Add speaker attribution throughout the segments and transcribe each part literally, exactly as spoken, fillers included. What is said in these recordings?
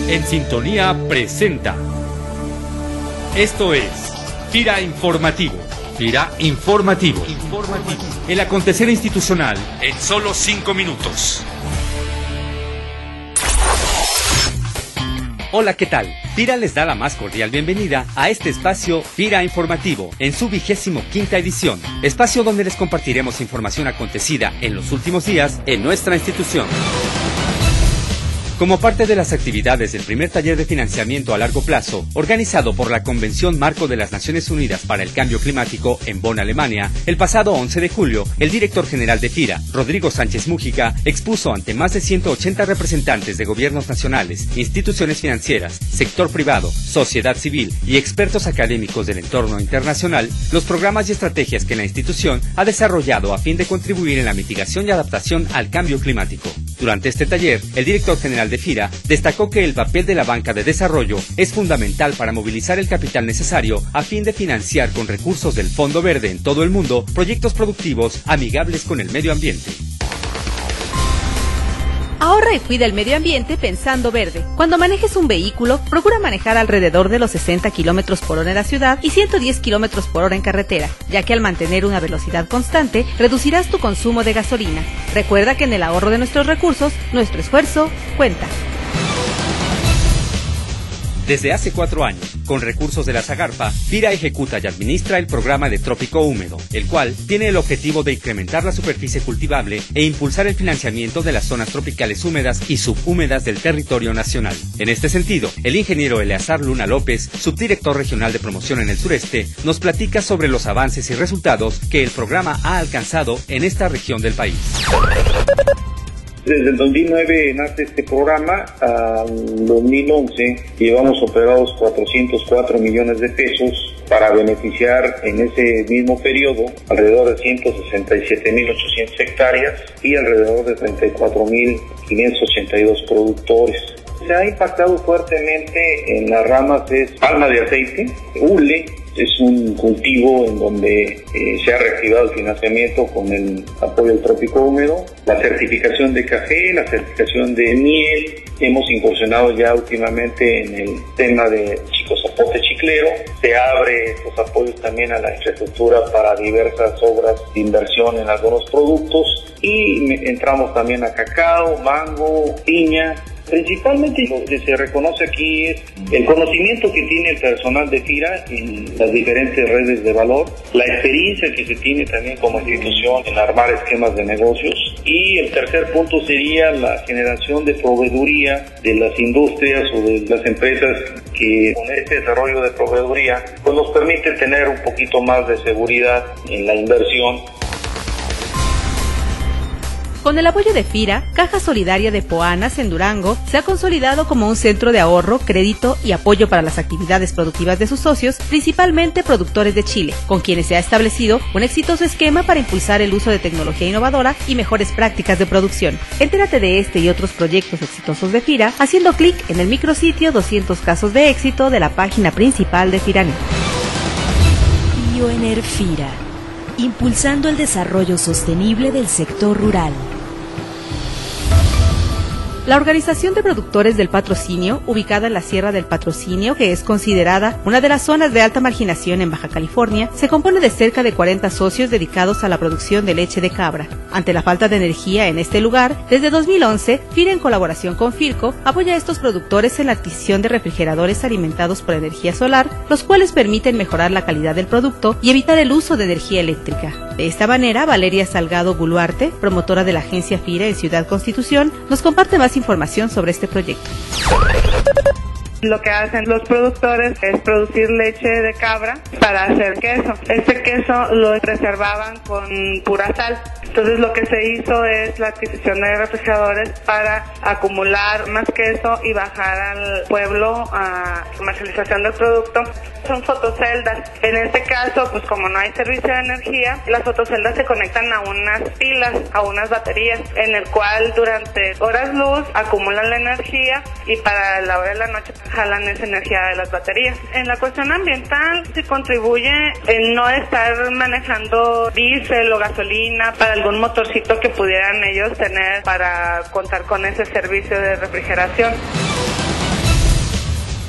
Speaker 1: En Sintonía presenta. Esto es FIRA Informativo. FIRA Informativo. Informativo. El acontecer institucional en solo cinco minutos. Hola, ¿qué tal? FIRA les da la más cordial bienvenida a este espacio FIRA Informativo, en su vigésimo quinta edición, espacio donde les compartiremos información acontecida en los últimos días en nuestra institución. Como parte de las actividades del primer taller de financiamiento a largo plazo, organizado por la Convención Marco de las Naciones Unidas para el Cambio Climático en Bonn, Alemania, el pasado once de julio, el director general de FIRA, Rodrigo Sánchez Mújica, expuso ante más de ciento ochenta representantes de gobiernos nacionales, instituciones financieras, sector privado, sociedad civil y expertos académicos del entorno internacional, los programas y estrategias que la institución ha desarrollado a fin de contribuir en la mitigación y adaptación al cambio climático. Durante este taller, el director general de FIRA destacó que el papel de la banca de desarrollo es fundamental para movilizar el capital necesario a fin de financiar con recursos del Fondo Verde en todo el mundo proyectos productivos amigables con el medio ambiente.
Speaker 2: Ahorra y cuida el medio ambiente pensando verde. Cuando manejes un vehículo, procura manejar alrededor de los sesenta kilómetros por hora en la ciudad y ciento diez kilómetros por hora en carretera, ya que al mantener una velocidad constante, reducirás tu consumo de gasolina. Recuerda que en el ahorro de nuestros recursos, nuestro esfuerzo cuenta.
Speaker 1: Desde hace cuatro años, con recursos de la Zagarpa, FIRA ejecuta y administra el programa de Trópico Húmedo, el cual tiene el objetivo de incrementar la superficie cultivable e impulsar el financiamiento de las zonas tropicales húmedas y subhúmedas del territorio nacional. En este sentido, el ingeniero Eleazar Luna López, subdirector regional de promoción en el sureste, nos platica sobre los avances y resultados que el programa ha alcanzado en esta región del país.
Speaker 3: Desde el dos mil nueve nace este programa, al dos mil once llevamos operados cuatrocientos cuatro millones de pesos para beneficiar en ese mismo periodo alrededor de ciento sesenta y siete mil ochocientas hectáreas y alrededor de treinta y cuatro mil quinientos ochenta y dos productores. Se ha impactado fuertemente en las ramas de palma de aceite, hule. Es un cultivo en donde eh, se ha reactivado el financiamiento con el apoyo del Trópico Húmedo, la certificación de café, la certificación de miel. Hemos incursionado ya últimamente en el tema de chicozapote chiclero. Se abre estos apoyos también a la infraestructura para diversas obras de inversión en algunos productos y entramos también a cacao, mango, piña. Principalmente lo que se reconoce aquí es el conocimiento que tiene el personal de FIRA en las diferentes redes de valor, la experiencia que se tiene también como institución en armar esquemas de negocios y el tercer punto sería la generación de proveeduría de las industrias o de las empresas que con este desarrollo de proveeduría pues nos permite tener un poquito más de seguridad en la inversión.
Speaker 2: Con el apoyo de FIRA, Caja Solidaria de Poanas en Durango se ha consolidado como un centro de ahorro, crédito y apoyo para las actividades productivas de sus socios, principalmente productores de chile, con quienes se ha establecido un exitoso esquema para impulsar el uso de tecnología innovadora y mejores prácticas de producción. Entérate de este y otros proyectos exitosos de FIRA haciendo clic en el micrositio doscientos casos de éxito de la página principal de FIRANET.
Speaker 4: Pioneer FIRA, impulsando el desarrollo sostenible del sector rural.
Speaker 2: La Organización de Productores del Patrocinio, ubicada en la Sierra del Patrocinio, que es considerada una de las zonas de alta marginación en Baja California, se compone de cerca de cuarenta socios dedicados a la producción de leche de cabra. Ante la falta de energía en este lugar, desde dos mil once, FIRA en colaboración con Philco apoya a estos productores en la adquisición de refrigeradores alimentados por energía solar, los cuales permiten mejorar la calidad del producto y evitar el uso de energía eléctrica. De esta manera, Valeria Salgado Buluarte, promotora de la agencia FIRA en Ciudad Constitución, nos comparte más información sobre este proyecto.
Speaker 5: Lo que hacen los productores es producir leche de cabra para hacer queso. Este queso lo preservaban con pura sal. Entonces lo que se hizo es la adquisición de refrigeradores para acumular más queso y bajar al pueblo a comercialización del producto. Son fotoceldas. En este caso, pues como no hay servicio de energía, las fotoceldas se conectan a unas pilas, a unas baterías, en el cual durante horas luz acumulan la energía y para la hora de la noche jalan esa energía de las baterías. En la cuestión ambiental se contribuye en no estar manejando diésel o gasolina para algún motorcito que pudieran ellos tener para contar con ese servicio de refrigeración.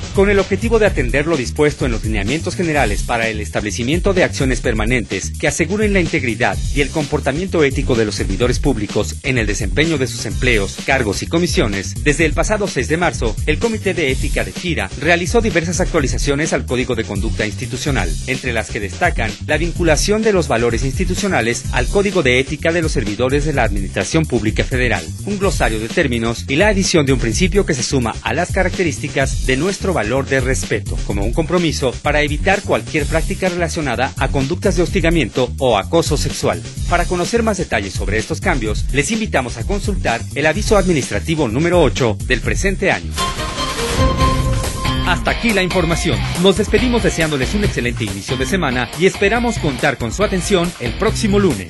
Speaker 1: Con el objetivo de atender lo dispuesto en los lineamientos generales para el establecimiento de acciones permanentes que aseguren la integridad y el comportamiento ético de los servidores públicos en el desempeño de sus empleos, cargos y comisiones, desde el pasado seis de marzo, el Comité de Ética de FIRA realizó diversas actualizaciones al Código de Conducta Institucional, entre las que destacan la vinculación de los valores institucionales al Código de Ética de los servidores de la Administración Pública Federal, un glosario de términos y la adición de un principio que se suma a las características de nuestro valor de respeto, como un compromiso para evitar cualquier práctica relacionada a conductas de hostigamiento o acoso sexual. Para conocer más detalles sobre estos cambios, les invitamos a consultar el aviso administrativo número ocho del presente año. Hasta aquí la información. Nos despedimos deseándoles un excelente inicio de semana y esperamos contar con su atención el próximo lunes.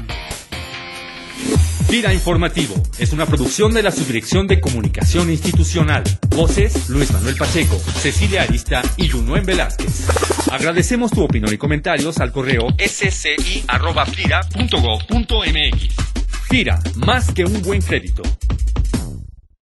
Speaker 1: FIRA Informativo es una producción de la Subdirección de Comunicación Institucional. Voces: Luis Manuel Pacheco, Cecilia Arista y Yunuen Velázquez. Agradecemos tu opinión y comentarios al correo s c i arroba fira punto gob punto m x. FIRA, más que un buen crédito.